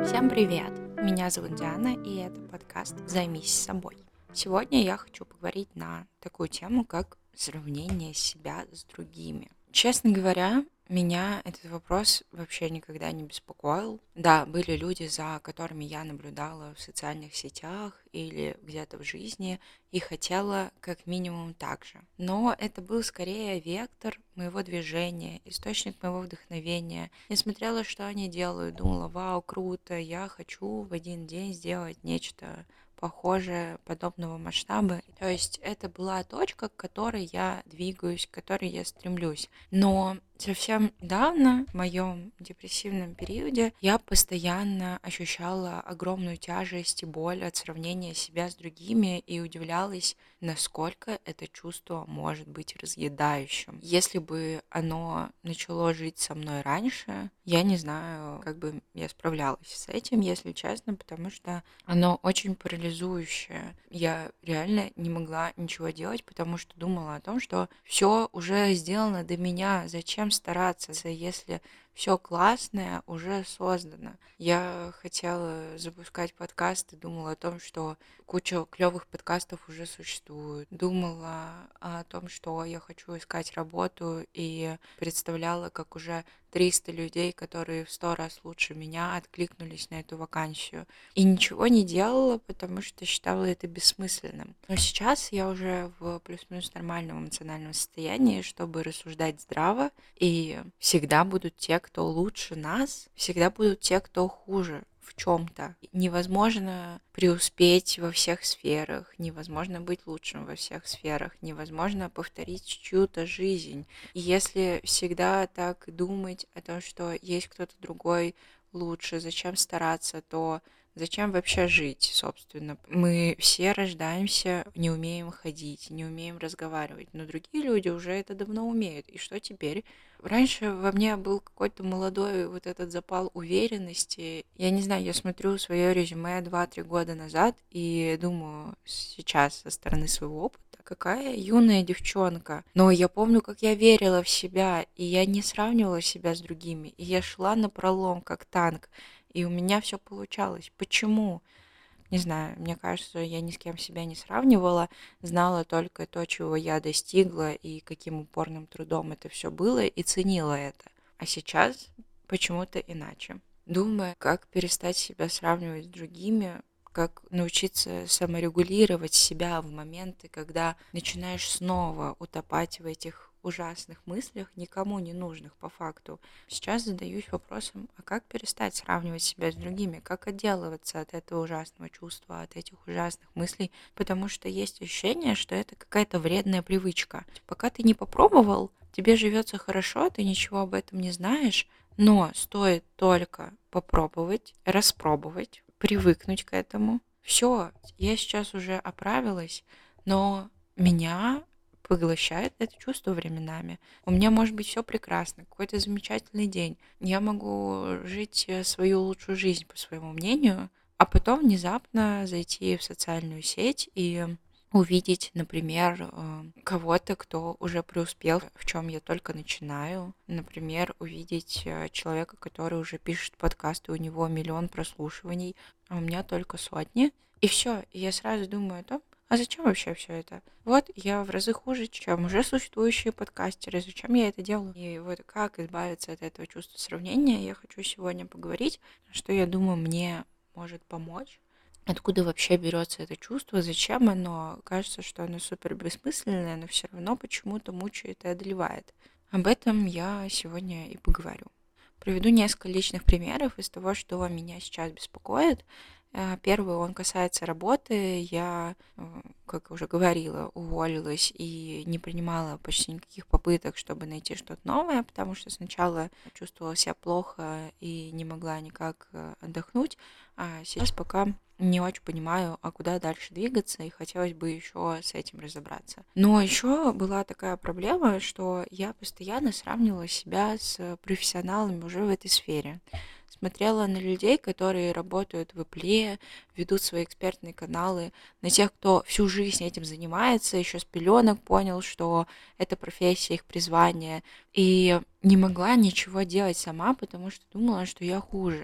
Всем привет! Меня зовут Диана, и это подкаст «Займись собой». Сегодня я хочу поговорить на такую тему, как сравнение себя с другими. Честно говоря, меня этот вопрос вообще никогда не беспокоил. Да, были люди, за которыми я наблюдала в социальных сетях или где-то в жизни и хотела как минимум так же. Но это был скорее вектор моего движения, источник моего вдохновения. Я смотрела, что они делают, думала: вау, круто, я хочу в один день сделать нечто похожее, подобного масштаба. То есть это была точка, к которой я двигаюсь, к которой я стремлюсь. Но совсем недавно, в моем депрессивном периоде, я постоянно ощущала огромную тяжесть и боль от сравнения себя с другими и удивлялась, насколько это чувство может быть разъедающим. Если бы оно начало жить со мной раньше, я не знаю, как бы я справлялась с этим, если честно, потому что оно очень парализующее. Я реально не могла ничего делать, потому что думала о том, что все уже сделано до меня, зачем стараться, если все классное уже создано. Я хотела запускать подкасты, думала о том, что куча клевых подкастов уже существует. Думала о том, что я хочу искать работу, и представляла, как уже 300 людей, которые в 100 раз лучше меня, откликнулись на эту вакансию. И ничего не делала, потому что считала это бессмысленным. Но сейчас я уже в плюс-минус нормальном эмоциональном состоянии, чтобы рассуждать здраво, и всегда будут те, кто лучше нас, всегда будут те, кто хуже в чем-то. Невозможно преуспеть во всех сферах, невозможно быть лучшим во всех сферах, невозможно повторить чью-то жизнь. И если всегда так думать о том, что есть кто-то другой лучше, зачем стараться, то зачем вообще жить, собственно? Мы все рождаемся, не умеем ходить, не умеем разговаривать, но другие люди уже это давно умеют. И что теперь? Раньше во мне был какой-то молодой вот этот запал уверенности. Я не знаю, я смотрю свое резюме 2-3 года назад и думаю сейчас со стороны своего опыта, какая юная девчонка. Но я помню, как я верила в себя, и я не сравнивала себя с другими, и я шла напролом, как танк, и у меня все получалось. Почему? Не знаю, мне кажется, я ни с кем себя не сравнивала, знала только то, чего я достигла и каким упорным трудом это все было, и ценила это. А сейчас почему-то иначе. Думая, как перестать себя сравнивать с другими, как научиться саморегулировать себя в моменты, когда начинаешь снова утопать в этих ужасных мыслях, никому не нужных по факту. Сейчас задаюсь вопросом, а как перестать сравнивать себя с другими, как отделываться от этого ужасного чувства, от этих ужасных мыслей, потому что есть ощущение, что это какая-то вредная привычка. Пока ты не попробовал, тебе живется хорошо, ты ничего об этом не знаешь, но стоит только попробовать, распробовать, привыкнуть к этому. Все, я сейчас уже оправилась, но меня поглощает это чувство временами. У меня может быть все прекрасно, какой-то замечательный день. Я могу жить свою лучшую жизнь, по своему мнению, а потом внезапно зайти в социальную сеть и увидеть, например, кого-то, кто уже преуспел, в чем я только начинаю. Например, увидеть человека, который уже пишет подкасты, у него 1 000 000 прослушиваний, а у меня только сотни. И все. И я сразу думаю о том, а зачем вообще все это? Вот я в разы хуже, чем уже существующие подкастеры. Зачем я это делаю? И вот как избавиться от этого чувства сравнения, я хочу сегодня поговорить, что я думаю мне может помочь. Откуда вообще берется это чувство, зачем оно? Кажется, что оно супер бессмысленное, но все равно почему-то мучает и одолевает. Об этом я сегодня и поговорю. Приведу несколько личных примеров из того, что меня сейчас беспокоит. Первый, он касается работы. Я, как уже говорила, уволилась и не принимала почти никаких попыток, чтобы найти что-то новое, потому что сначала чувствовала себя плохо и не могла никак отдохнуть, а сейчас пока не очень понимаю, а куда дальше двигаться, и хотелось бы еще с этим разобраться. Но еще была такая проблема, что я постоянно сравнивала себя с профессионалами уже в этой сфере. Смотрела на людей, которые работают в Apple, ведут свои экспертные каналы, на тех, кто всю жизнь этим занимается, еще с пеленок понял, что это профессия, их призвание, и не могла ничего делать сама, потому что думала, что я хуже.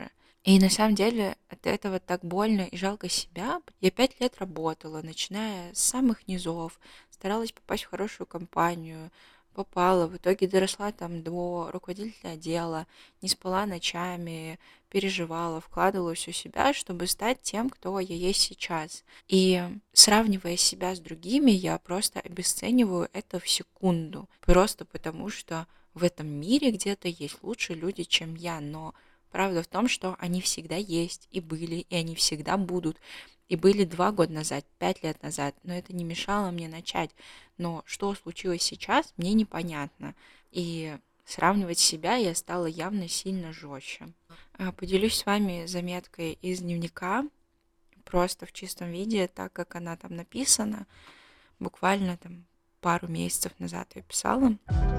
И на самом деле от этого так больно и жалко себя. Я 5 лет работала, начиная с самых низов, старалась попасть в хорошую компанию, попала, в итоге доросла там до руководителя отдела, не спала ночами, переживала, вкладывала всю себя, чтобы стать тем, кто я есть сейчас. И сравнивая себя с другими, я просто обесцениваю это в секунду. Просто потому, что в этом мире где-то есть лучшие люди, чем я, но правда в том, что они всегда есть и были, и они всегда будут. И были 2 года назад, 5 лет назад, но это не мешало мне начать. Но что случилось сейчас, мне непонятно. И сравнивать себя я стала явно сильно жестче. Поделюсь с вами заметкой из дневника, просто в чистом виде, так как она там написана. Буквально там пару месяцев назад я писала.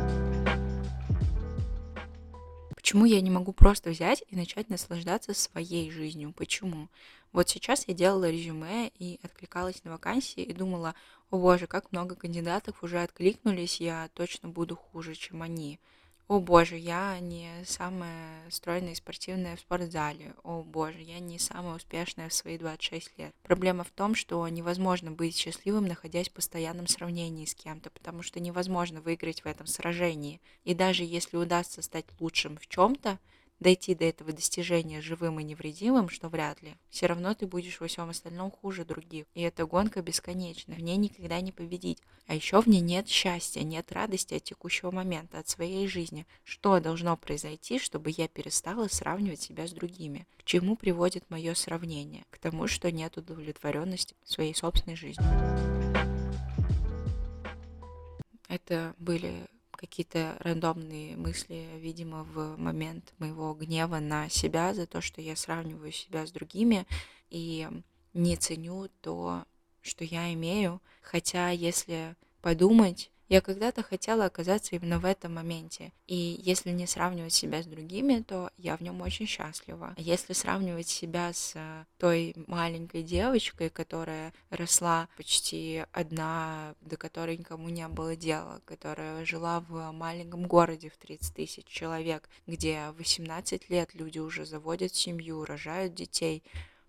Почему я не могу просто взять и начать наслаждаться своей жизнью? Почему? Вот сейчас я делала резюме и откликалась на вакансии и думала, о боже, как много кандидатов уже откликнулись, я точно буду хуже, чем они. О боже, я не самая стройная и спортивная в спортзале. О боже, я не самая успешная в свои 26 лет. Проблема в том, что невозможно быть счастливым, находясь в постоянном сравнении с кем-то, потому что невозможно выиграть в этом сражении. И даже если удастся стать лучшим в чем-то, дойти до этого достижения живым и невредимым, что вряд ли, все равно ты будешь во всем остальном хуже других. И эта гонка бесконечна, в ней никогда не победить. А еще в ней нет счастья, нет радости от текущего момента, от своей жизни. Что должно произойти, чтобы я перестала сравнивать себя с другими? К чему приводит мое сравнение? К тому, что нет удовлетворенности своей собственной жизнью. Это были какие-то рандомные мысли, видимо, в момент моего гнева на себя за то, что я сравниваю себя с другими и не ценю то, что я имею. Хотя, если подумать, я когда-то хотела оказаться именно в этом моменте. И если не сравнивать себя с другими, то я в нем очень счастлива. А если сравнивать себя с той маленькой девочкой, которая росла почти одна, до которой никому не было дела, которая жила в маленьком городе в 30 тысяч человек, где в 18 лет люди уже заводят семью, рожают детей,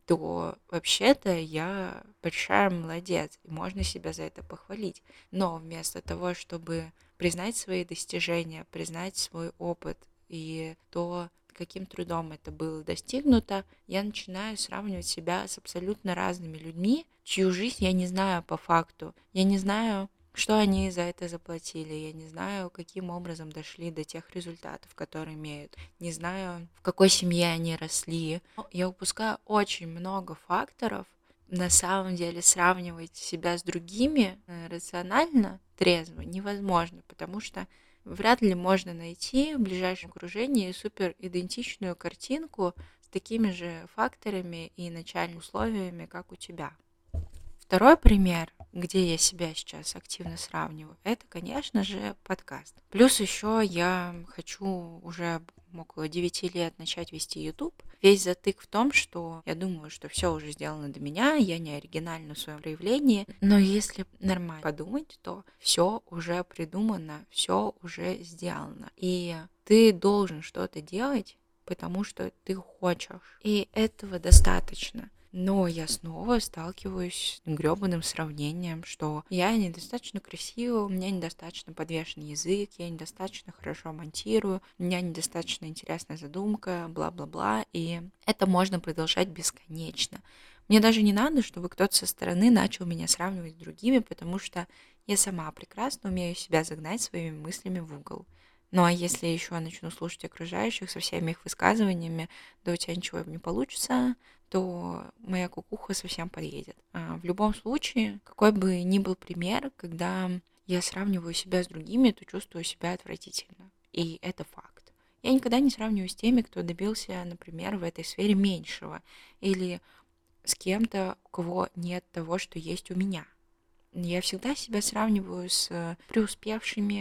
то вообще-то я большая молодец, и можно себя за это похвалить. Но вместо того, чтобы признать свои достижения, признать свой опыт и то, каким трудом это было достигнуто, я начинаю сравнивать себя с абсолютно разными людьми, чью жизнь я не знаю по факту. Я не знаю, что они за это заплатили, я не знаю, каким образом дошли до тех результатов, которые имеют, не знаю, в какой семье они росли. Я упускаю очень много факторов. На самом деле сравнивать себя с другими рационально, трезво невозможно, потому что вряд ли можно найти в ближайшем окружении супер идентичную картинку с такими же факторами и начальными условиями, как у тебя. Второй пример, где я себя сейчас активно сравниваю, это, конечно же, подкаст. Плюс еще я хочу уже около 9 лет начать вести YouTube. Весь затык в том, что я думаю, что все уже сделано до меня, я не оригинальна в своем проявлении. Но если нормально подумать, то все уже придумано, все уже сделано. И ты должен что-то делать, потому что ты хочешь. И этого достаточно. Но я снова сталкиваюсь с грёбаным сравнением, что я недостаточно красива, у меня недостаточно подвешенный язык, я недостаточно хорошо монтирую, у меня недостаточно интересная задумка, бла-бла-бла, и это можно продолжать бесконечно. Мне даже не надо, чтобы кто-то со стороны начал меня сравнивать с другими, потому что я сама прекрасно умею себя загнать своими мыслями в угол. Ну а если еще начну слушать окружающих со всеми их высказываниями, да у тебя ничего не получится, то моя кукуха совсем подъедет. В любом случае, какой бы ни был пример, когда я сравниваю себя с другими, то чувствую себя отвратительно. И это факт. Я никогда не сравниваю с теми, кто добился, например, в этой сфере меньшего, или с кем-то, у кого нет того, что есть у меня. Я всегда себя сравниваю с преуспевшими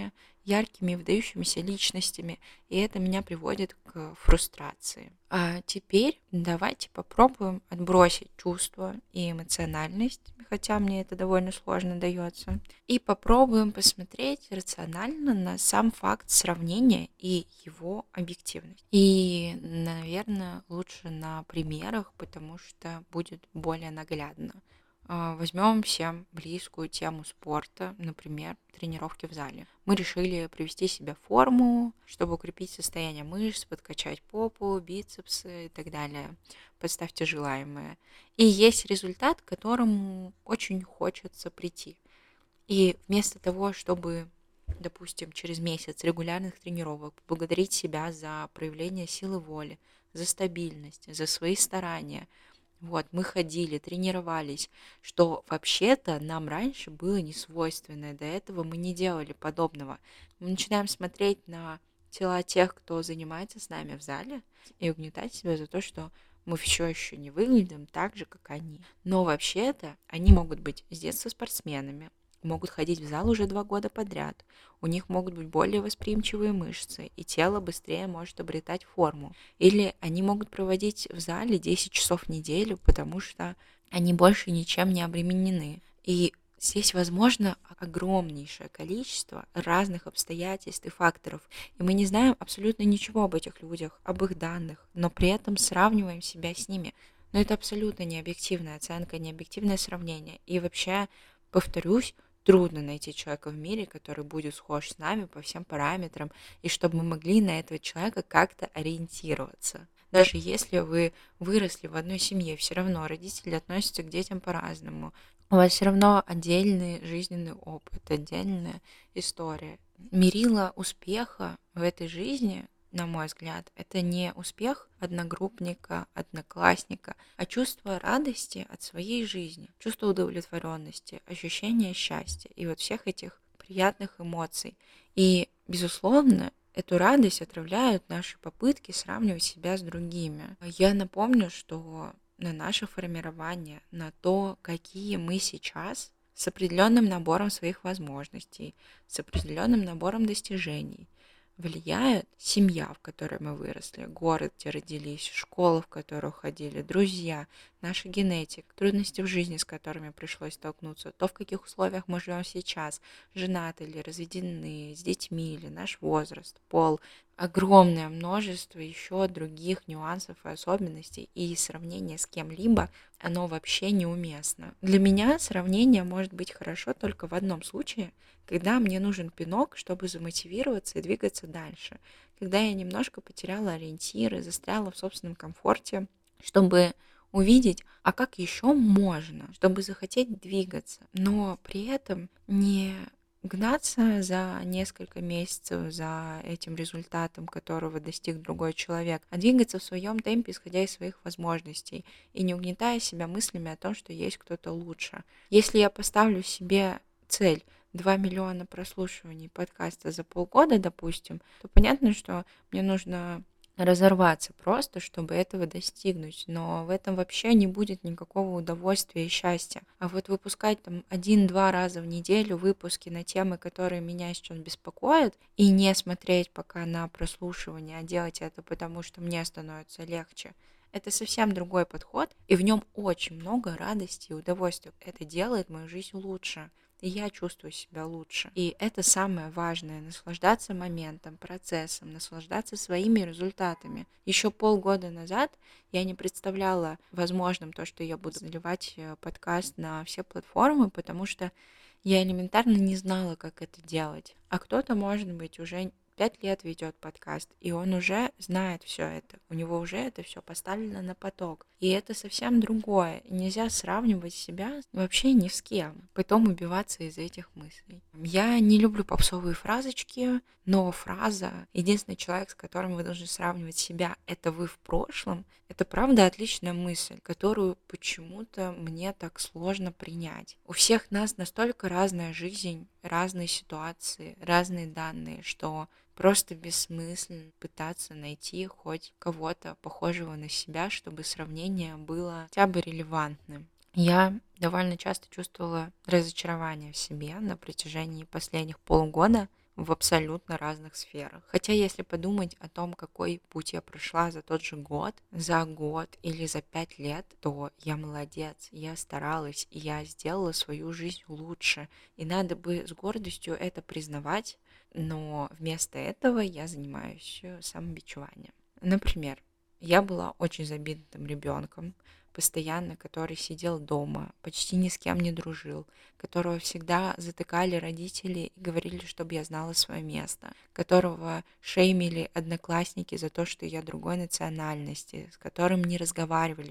яркими, выдающимися личностями, и это меня приводит к фрустрации. А теперь давайте попробуем отбросить чувства и эмоциональность, хотя мне это довольно сложно дается, и попробуем посмотреть рационально на сам факт сравнения и его объективность. И, наверное, лучше на примерах, потому что будет более наглядно. Возьмем всем близкую тему спорта, например, тренировки в зале. Мы решили привести себя в форму, чтобы укрепить состояние мышц, подкачать попу, бицепсы и так далее. Представьте желаемое. И есть результат, к которому очень хочется прийти. И вместо того, чтобы, допустим, через месяц регулярных тренировок поблагодарить себя за проявление силы воли, за стабильность, за свои старания, вот, мы ходили, тренировались, что вообще-то нам раньше было не свойственно, до этого мы не делали подобного. Мы начинаем смотреть на тела тех, кто занимается с нами в зале, и угнетать себя за то, что мы все еще не выглядим так же, как они. Но вообще-то они могут быть с детства спортсменами, могут ходить в зал уже 2 года подряд, у них могут быть более восприимчивые мышцы, и тело быстрее может обретать форму. Или они могут проводить в зале 10 часов в неделю, потому что они больше ничем не обременены. И здесь возможно огромнейшее количество разных обстоятельств и факторов. И мы не знаем абсолютно ничего об этих людях, об их данных, но при этом сравниваем себя с ними. Но это абсолютно не объективная оценка, не объективное сравнение. И вообще, повторюсь, трудно найти человека в мире, который будет схож с нами по всем параметрам, и чтобы мы могли на этого человека как-то ориентироваться. Даже если вы выросли в одной семье, все равно родители относятся к детям по-разному. У вас все равно отдельный жизненный опыт, отдельная история. Мерило успеха в этой жизни, на мой взгляд, это не успех одногруппника, одноклассника, а чувство радости от своей жизни, чувство удовлетворенности, ощущение счастья и вот всех этих приятных эмоций. И, безусловно, эту радость отравляют наши попытки сравнивать себя с другими. Я напомню, что на наше формирование, на то, какие мы сейчас, с определенным набором своих возможностей, с определенным набором достижений, влияет семья, в которой мы выросли, город, где родились, школа, в которую ходили, друзья, наша генетика, трудности в жизни, с которыми пришлось столкнуться, то, в каких условиях мы живем сейчас, женаты или разведены, с детьми или наш возраст, пол, огромное множество еще других нюансов и особенностей, и сравнение с кем-либо, оно вообще неуместно. Для меня сравнение может быть хорошо только в одном случае, когда мне нужен пинок, чтобы замотивироваться и двигаться дальше, когда я немножко потеряла ориентиры, застряла в собственном комфорте, чтобы увидеть, а как еще можно, чтобы захотеть двигаться, но при этом не гнаться за несколько месяцев за этим результатом, которого достиг другой человек, а двигаться в своем темпе, исходя из своих возможностей, и не угнетая себя мыслями о том, что есть кто-то лучше. Если я поставлю себе цель 2 миллиона прослушиваний подкаста за полгода, допустим, то понятно, что мне нужно разорваться просто, чтобы этого достигнуть. Но в этом вообще не будет никакого удовольствия и счастья. А вот выпускать там 1-2 раза в неделю выпуски на темы, которые меня сейчас беспокоят, и не смотреть пока на прослушивание, а делать это потому, что мне становится легче, это совсем другой подход, и в нем очень много радости и удовольствия. Это делает мою жизнь лучше. И я чувствую себя лучше. И это самое важное — наслаждаться моментом, процессом, наслаждаться своими результатами. Еще полгода назад я не представляла возможным то, что я буду заливать подкаст на все платформы, потому что я элементарно не знала, как это делать. А кто-то, может быть, уже 5 лет ведет подкаст, и он уже знает все это. У него уже это все поставлено на поток. И это совсем другое. И нельзя сравнивать себя вообще ни с кем. Потом убиваться из этих мыслей. Я не люблю попсовые фразочки, но фраза «единственный человек, с которым вы должны сравнивать себя, это вы в прошлом», это правда отличная мысль, которую почему-то мне так сложно принять. У всех нас настолько разная жизнь, разные ситуации, разные данные, что просто бессмысленно пытаться найти хоть кого-то похожего на себя, чтобы сравнение было хотя бы релевантным. Я довольно часто чувствовала разочарование в себе на протяжении последних полугода. в абсолютно разных сферах. Хотя если подумать о том, какой путь я прошла за тот же год, за год или за 5 лет, то я молодец, я старалась, и я сделала свою жизнь лучше. И надо бы с гордостью это признавать, но вместо этого я занимаюсь самобичеванием. Например, я была очень забитым ребенком, постоянно, который сидел дома, почти ни с кем не дружил, которого всегда затыкали родители и говорили, чтобы я знала свое место, которого шеймили одноклассники за то, что я другой национальности, с которым не разговаривали.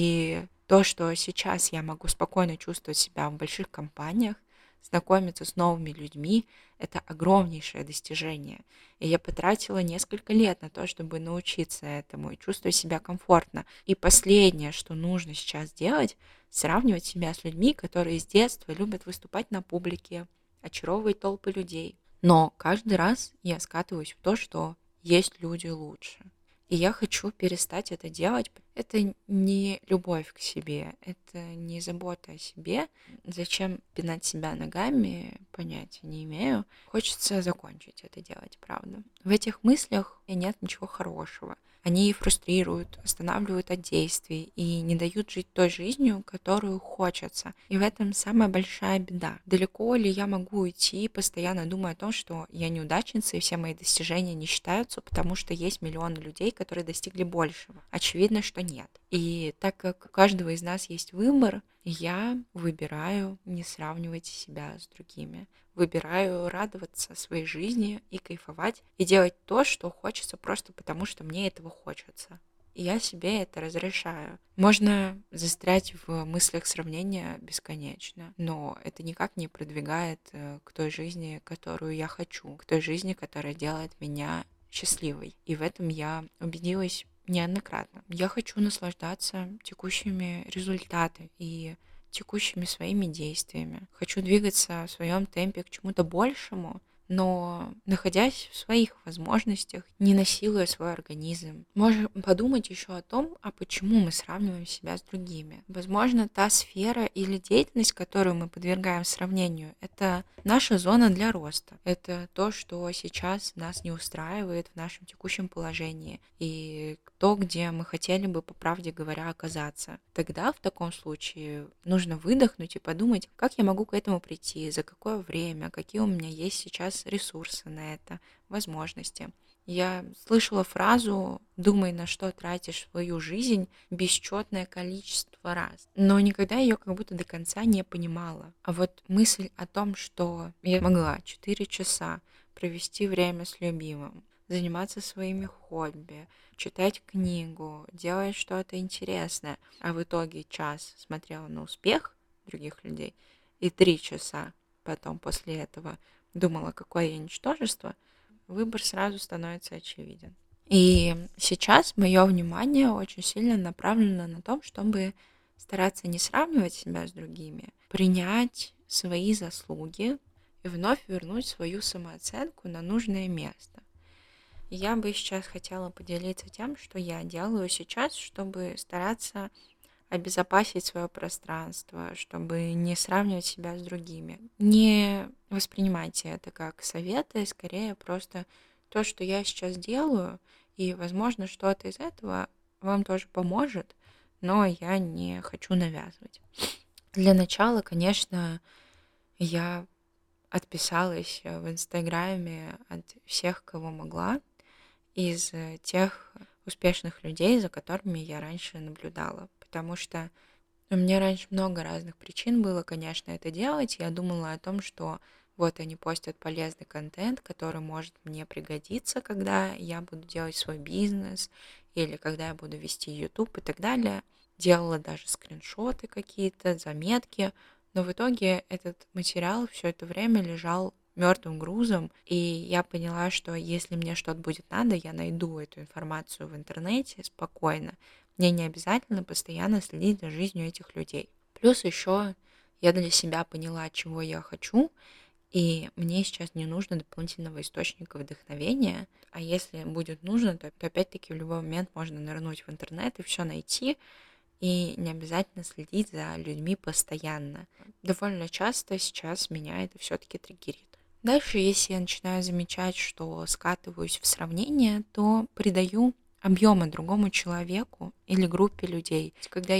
И то, что сейчас я могу спокойно чувствовать себя в больших компаниях, знакомиться с новыми людьми, это огромнейшее достижение. И я потратила несколько лет на то, чтобы научиться этому и чувствовать себя комфортно. И последнее, что нужно сейчас делать, сравнивать себя с людьми, которые с детства любят выступать на публике, очаровывать толпы людей. Но каждый раз я скатываюсь в то, что есть люди лучше. И я хочу перестать это делать. Это не любовь к себе, это не забота о себе. Зачем пинать себя ногами, понятия не имею. Хочется закончить это делать, правда. В этих мыслях нет ничего хорошего. Они фрустрируют, останавливают от действий и не дают жить той жизнью, которую хочется. И в этом самая большая беда. Далеко ли я могу идти, постоянно думая о том, что я неудачница и все мои достижения не считаются, потому что есть миллионы людей, которые достигли большего? Очевидно, что нет. И так как у каждого из нас есть выбор, я выбираю не сравнивать себя с другими. Выбираю радоваться своей жизни и кайфовать, и делать то, что хочется просто потому, что мне этого хочется. И я себе это разрешаю. Можно застрять в мыслях сравнения бесконечно, но это никак не продвигает к той жизни, которую я хочу, к той жизни, которая делает меня счастливой. И в этом я убедилась неоднократно. Я хочу наслаждаться текущими результатами и текущими своими действиями. Хочу двигаться в своем темпе к чему-то большему, но находясь в своих возможностях, не насилуя свой организм. Можем подумать еще о том, а почему мы сравниваем себя с другими. Возможно, та сфера или деятельность, которую мы подвергаем сравнению, это наша зона для роста. Это то, что сейчас нас не устраивает в нашем текущем положении. И то, где мы хотели бы, по правде говоря, оказаться. Тогда в таком случае нужно выдохнуть и подумать, как я могу к этому прийти, за какое время, какие у меня есть сейчас ресурсы на это, возможности. Я слышала фразу «думай, на что тратишь свою жизнь» бесчетное количество раз, но никогда ее как будто до конца не понимала. А вот мысль о том, что я могла 4 часа провести время с любимым, заниматься своими хобби, читать книгу, делать что-то интересное, а в итоге час смотрела на успех других людей и 3 часа потом после этого думала, какое я ничтожество, выбор сразу становится очевиден. И сейчас мое внимание очень сильно направлено на том, чтобы стараться не сравнивать себя с другими, принять свои заслуги и вновь вернуть свою самооценку на нужное место. Я бы сейчас хотела поделиться тем, что я делаю сейчас, чтобы стараться обезопасить свое пространство, чтобы не сравнивать себя с другими. Не воспринимайте это как советы, скорее просто то, что я сейчас делаю, и, возможно, что-то из этого вам тоже поможет, но я не хочу навязывать. Для начала, конечно, я отписалась в Инстаграме от всех, кого могла, из тех успешных людей, за которыми я раньше наблюдала. Потому что у меня раньше много разных причин было, конечно, это делать. Я думала о том, что вот они постят полезный контент, который может мне пригодиться, когда я буду делать свой бизнес или когда я буду вести YouTube и так далее. Делала даже скриншоты какие-то, заметки, но в итоге этот материал все это время лежал мертвым грузом, и я поняла, что если мне что-то будет надо, я найду эту информацию в интернете спокойно. Мне не обязательно постоянно следить за жизнью этих людей. Плюс еще я для себя поняла, чего я хочу, и мне сейчас не нужно дополнительного источника вдохновения. А если будет нужно, то опять-таки в любой момент можно нырнуть в интернет и все найти, и не обязательно следить за людьми постоянно. Довольно часто сейчас меня это все-таки триггерит. Дальше, если я начинаю замечать, что скатываюсь в сравнение, то придаю объема другому человеку или группе людей. Когда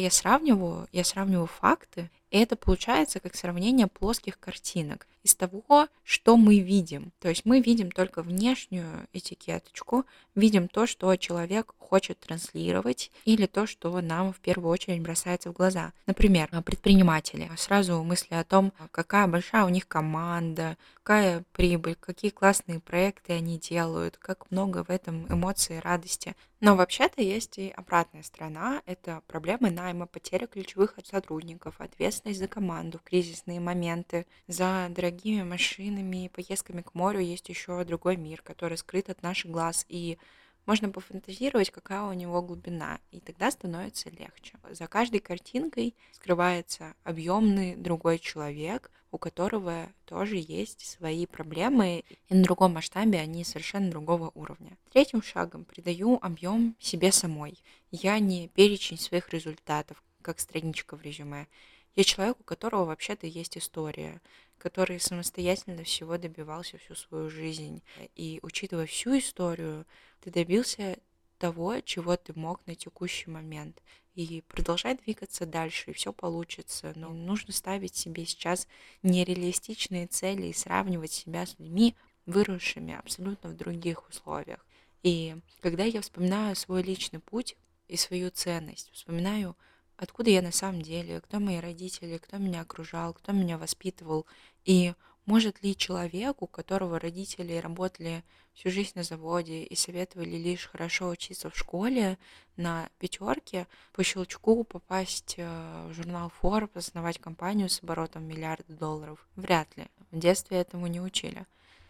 я сравниваю факты, и это получается как сравнение плоских картинок из того, что мы видим. То есть мы видим только внешнюю этикеточку, видим то, что человек хочет транслировать, или то, что нам в первую очередь бросается в глаза. Например, предприниматели. Сразу мысли о том, какая большая у них команда, какая прибыль, какие классные проекты они делают, как много в этом эмоций, радости. Но вообще-то есть и обратная сторона. Это проблемы найма, потеря ключевых сотрудников, ответственность за команду в кризисные моменты. За дорогими машинами и поездками к морю есть еще другой мир, который скрыт от наших глаз. И можно пофантазировать, какая у него глубина, и тогда становится легче. За каждой картинкой скрывается объемный другой человек, у которого тоже есть свои проблемы, и на другом масштабе они совершенно другого уровня. Третьим шагом придаю объем себе самой. Я не перечень своих результатов, как страничка в резюме. Я человек, у которого вообще-то есть история, который самостоятельно всего добивался всю свою жизнь. И учитывая всю историю, ты добился того, чего ты мог на текущий момент. И продолжай двигаться дальше, и все получится. Но нужно ставить себе сейчас нереалистичные цели и сравнивать себя с людьми, выросшими абсолютно в других условиях. И когда я вспоминаю свой личный путь и свою ценность, вспоминаю, откуда я на самом деле, кто мои родители, кто меня окружал, кто меня воспитывал, и может ли человек, у которого родители работали всю жизнь на заводе и советовали лишь хорошо учиться в школе на пятерке, по щелчку попасть в журнал Forbes, основать компанию с оборотом миллиарда долларов? Вряд ли. В детстве этому не учили.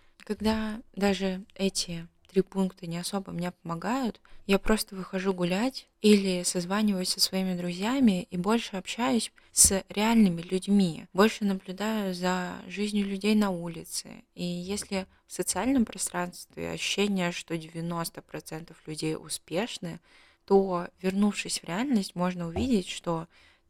Когда даже эти 3 пункта не особо мне помогают, я просто выхожу гулять или созваниваюсь со своими друзьями и больше общаюсь с реальными людьми, больше наблюдаю за жизнью людей на улице. И если в социальном пространстве ощущение, что 90% людей успешны, то, вернувшись в реальность, можно увидеть, что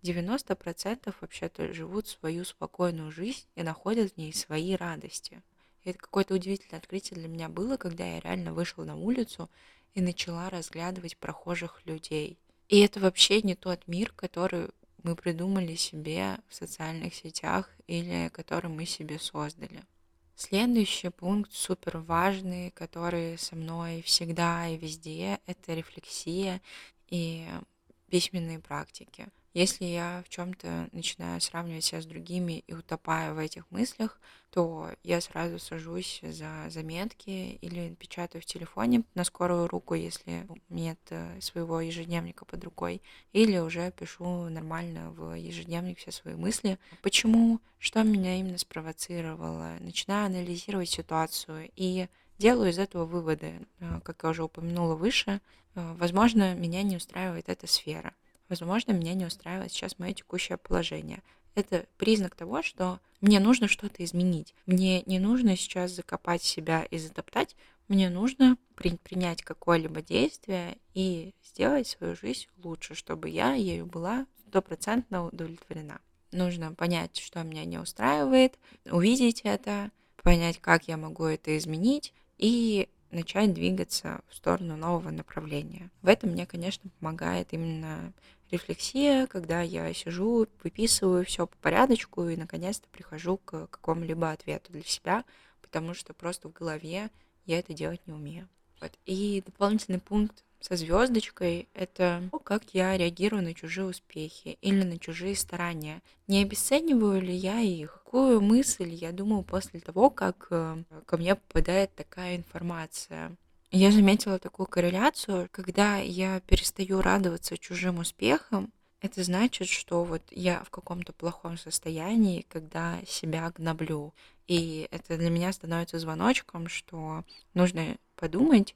90% вообще-то живут свою спокойную жизнь и находят в ней свои радости. И это какое-то удивительное открытие для меня было, когда я реально вышла на улицу и начала разглядывать прохожих людей. И это вообще не тот мир, который мы придумали себе в социальных сетях или который мы себе создали. Следующий пункт супер важный, который со мной всегда и везде, это рефлексия и письменные практики. Если я в чем-то начинаю сравнивать себя с другими и утопаю в этих мыслях, то я сразу сажусь за заметки или печатаю в телефоне на скорую руку, если нет своего ежедневника под рукой, или уже пишу нормально в ежедневник все свои мысли. Почему? Что меня именно спровоцировало? Начинаю анализировать ситуацию и делаю из этого выводы. Как я уже упомянула выше, возможно, меня не устраивает эта сфера. Возможно, меня не устраивает сейчас мое текущее положение. Это признак того, что мне нужно что-то изменить. Мне не нужно сейчас закопать себя и затоптать. Мне нужно принять какое-либо действие и сделать свою жизнь лучше, чтобы я ею была стопроцентно удовлетворена. Нужно понять, что меня не устраивает, увидеть это, понять, как я могу это изменить и начать двигаться в сторону нового направления. В этом мне, конечно, помогает именно рефлексия, когда я сижу, выписываю все по порядочку и наконец-то прихожу к какому-либо ответу для себя, потому что просто в голове я это делать не умею. Вот. И дополнительный пункт со звездочкой — это то, как я реагирую на чужие успехи или на чужие старания. Не обесцениваю ли я их? Какую мысль я думаю после того, как ко мне попадает такая информация? Я заметила такую корреляцию, когда я перестаю радоваться чужим успехам, это значит, что вот я в каком-то плохом состоянии, когда себя гноблю. И это для меня становится звоночком, что нужно подумать,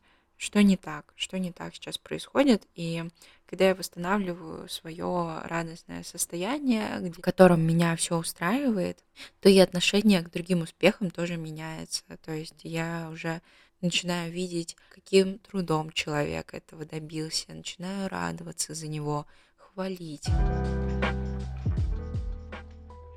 что не так сейчас происходит. И когда я восстанавливаю свое радостное состояние, в котором меня все устраивает, то и отношение к другим успехам тоже меняется. То есть я уже начинаю видеть, каким трудом человек этого добился, начинаю радоваться за него, хвалить.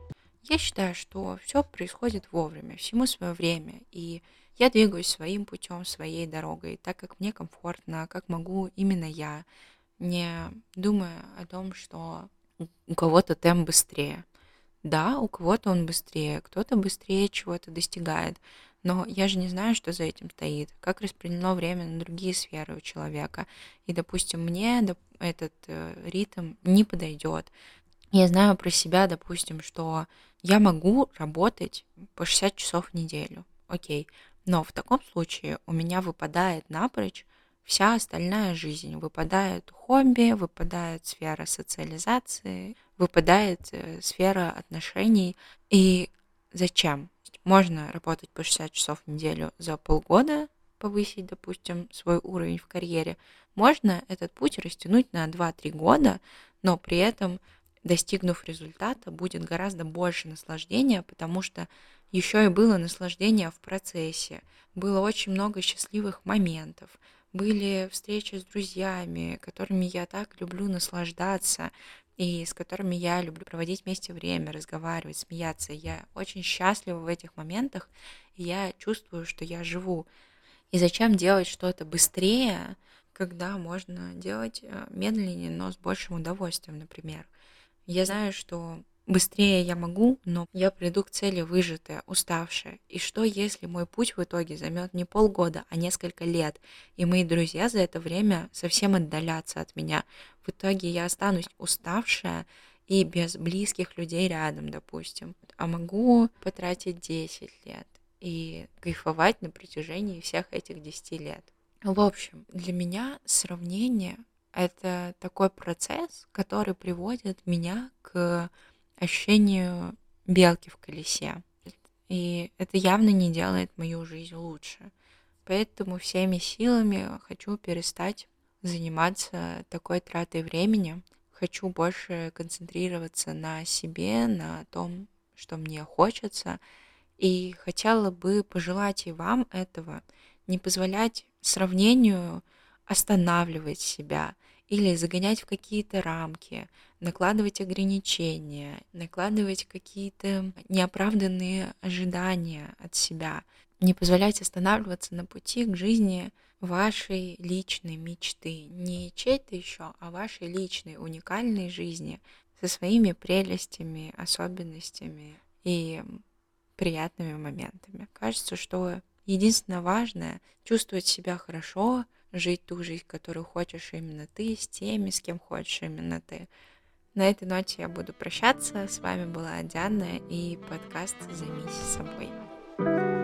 Я считаю, что все происходит вовремя, всему свое время, и я двигаюсь своим путем, своей дорогой, так как мне комфортно, как могу именно я, не думая о том, что у кого-то темп быстрее. Да, у кого-то он быстрее, кто-то быстрее чего-то достигает, но я же не знаю, что за этим стоит, как распределено время на другие сферы у человека. И, допустим, мне этот ритм не подойдет. Я знаю про себя, допустим, что я могу работать по 60 часов в неделю. Окей. Но в таком случае у меня выпадает напрочь вся остальная жизнь. Выпадает хобби, выпадает сфера социализации, выпадает сфера отношений. И зачем? Можно работать по 60 часов в неделю за полгода, повысить, допустим, свой уровень в карьере. Можно этот путь растянуть на 2-3 года, но при этом достигнув результата, будет гораздо больше наслаждения, потому что еще и было наслаждение в процессе, было очень много счастливых моментов, были встречи с друзьями, которыми я так люблю наслаждаться, и с которыми я люблю проводить вместе время, разговаривать, смеяться. Я очень счастлива в этих моментах, и я чувствую, что я живу. И зачем делать что-то быстрее, когда можно делать медленнее, но с большим удовольствием, например. Я знаю, что быстрее я могу, но я приду к цели выжатая, уставшая. И что, если мой путь в итоге займет не полгода, а несколько лет, и мои друзья за это время совсем отдалятся от меня? В итоге я останусь уставшая и без близких людей рядом, допустим. А могу потратить 10 лет и кайфовать на протяжении всех этих 10 лет. В общем, для меня сравнение это такой процесс, который приводит меня к ощущению белки в колесе. И это явно не делает мою жизнь лучше. Поэтому всеми силами хочу перестать заниматься такой тратой времени. Хочу больше концентрироваться на себе, на том, что мне хочется. И хотела бы пожелать и вам этого, не позволять сравнению останавливать себя или загонять в какие-то рамки, накладывать ограничения, накладывать какие-то неоправданные ожидания от себя, не позволять останавливаться на пути к жизни вашей личной мечты, не чьей-то еще, а вашей личной уникальной жизни со своими прелестями, особенностями и приятными моментами. Кажется, что единственное важное — чувствовать себя хорошо, жить ту жизнь, которую хочешь именно ты, с теми, с кем хочешь именно ты. На этой ноте я буду прощаться. С вами была Диана и подкаст «Займись собой».